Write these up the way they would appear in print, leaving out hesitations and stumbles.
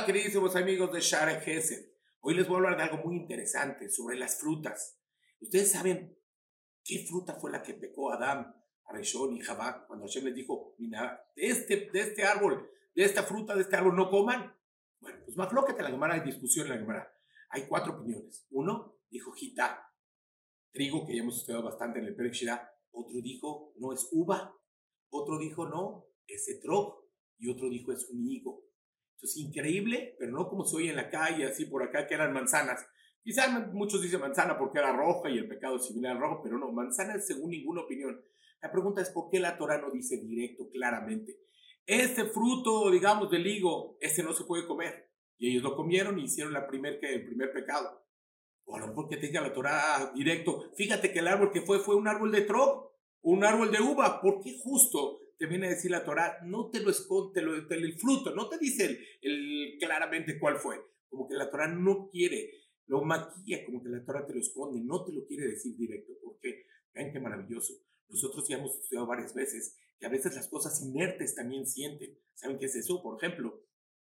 Hola, queridísimos amigos de Share Gesed. Hoy les voy a hablar de algo muy interesante sobre las frutas. ¿Ustedes saben qué fruta fue la que pecó Adán, Arishon y Jabá cuando Hashem les dijo, mira, de este árbol, de esta fruta, de este árbol no coman? Bueno, pues Mafloquet en la Gemara, hay discusión en la Gemara. Hay 4 opiniones. Uno dijo Jitá, trigo, que ya hemos estudiado bastante en el Perek Shirah. Otro dijo, no, es uva. Otro dijo, no, es etrog. Y otro dijo, es un higo. Entonces, increíble, pero no como se oye en la calle, así por acá, que eran manzanas. Quizás muchos dicen manzana porque era roja y el pecado es similar al rojo, pero no, manzana es según ninguna opinión. La pregunta es, ¿por qué la Torah no dice directo, claramente? Este fruto, digamos, del higo, este no se puede comer. Y ellos lo comieron y hicieron el primer pecado. O a lo mejor que te diga la Torah directo, fíjate que el árbol que fue un árbol de trog, un árbol de uva. ¿Por qué justo te viene a decir la Torah? No te lo esconde, el fruto, no te dice claramente cuál fue. Como que la Torah no quiere, lo maquilla, como que la Torah te lo esconde, no te lo quiere decir directo. ¿Por qué? Vean qué maravilloso. Nosotros ya hemos estudiado varias veces que a veces las cosas inertes también sienten. ¿Saben qué es eso? Por ejemplo,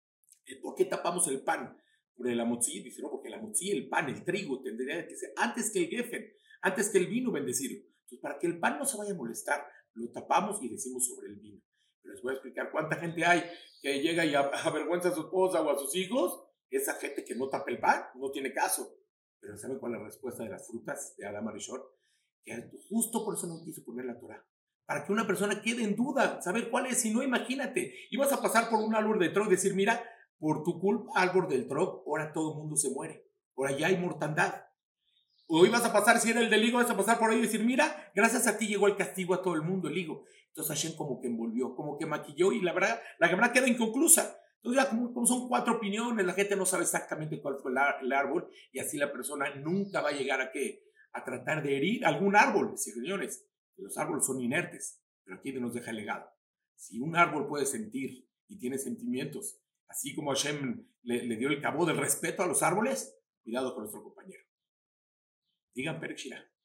¿por qué tapamos el pan? Por el amotzi, dice, no, porque el amotzi, el pan, el trigo, tendría que ser antes que el gefen, antes que el vino, bendecirlo. Entonces, para que el pan no se vaya a molestar, lo tapamos y decimos sobre el vino. Pero les voy a explicar cuánta gente hay que llega y avergüenza a su esposa o a sus hijos. Esa gente que no tapa el pan, no tiene caso. Pero ¿saben cuál es la respuesta de las frutas de Adam Arishon? Que justo por eso no quiso poner la Torah. Para que una persona quede en duda, saber cuál es. Si no, imagínate, ibas a pasar por un árbol de trog y decir, mira, por tu culpa, árbol del trog, ahora todo el mundo se muere. Por allá hay mortandad. O ibas a pasar, si era el del higo, ibas a pasar por ahí y decir, mira, gracias a ti llegó el castigo a todo el mundo, el higo. Entonces Hashem como que envolvió, como que maquilló y la verdad queda inconclusa. Entonces ya como son 4 opiniones, la gente no sabe exactamente cuál fue el árbol y así la persona nunca va a llegar a tratar de herir algún árbol. Sí, señores, los árboles son inertes, pero aquí nos deja el legado. Si un árbol puede sentir y tiene sentimientos, así como Hashem le dio el cabo del respeto a los árboles, cuidado con nuestro compañero. Digan Perek Shirah.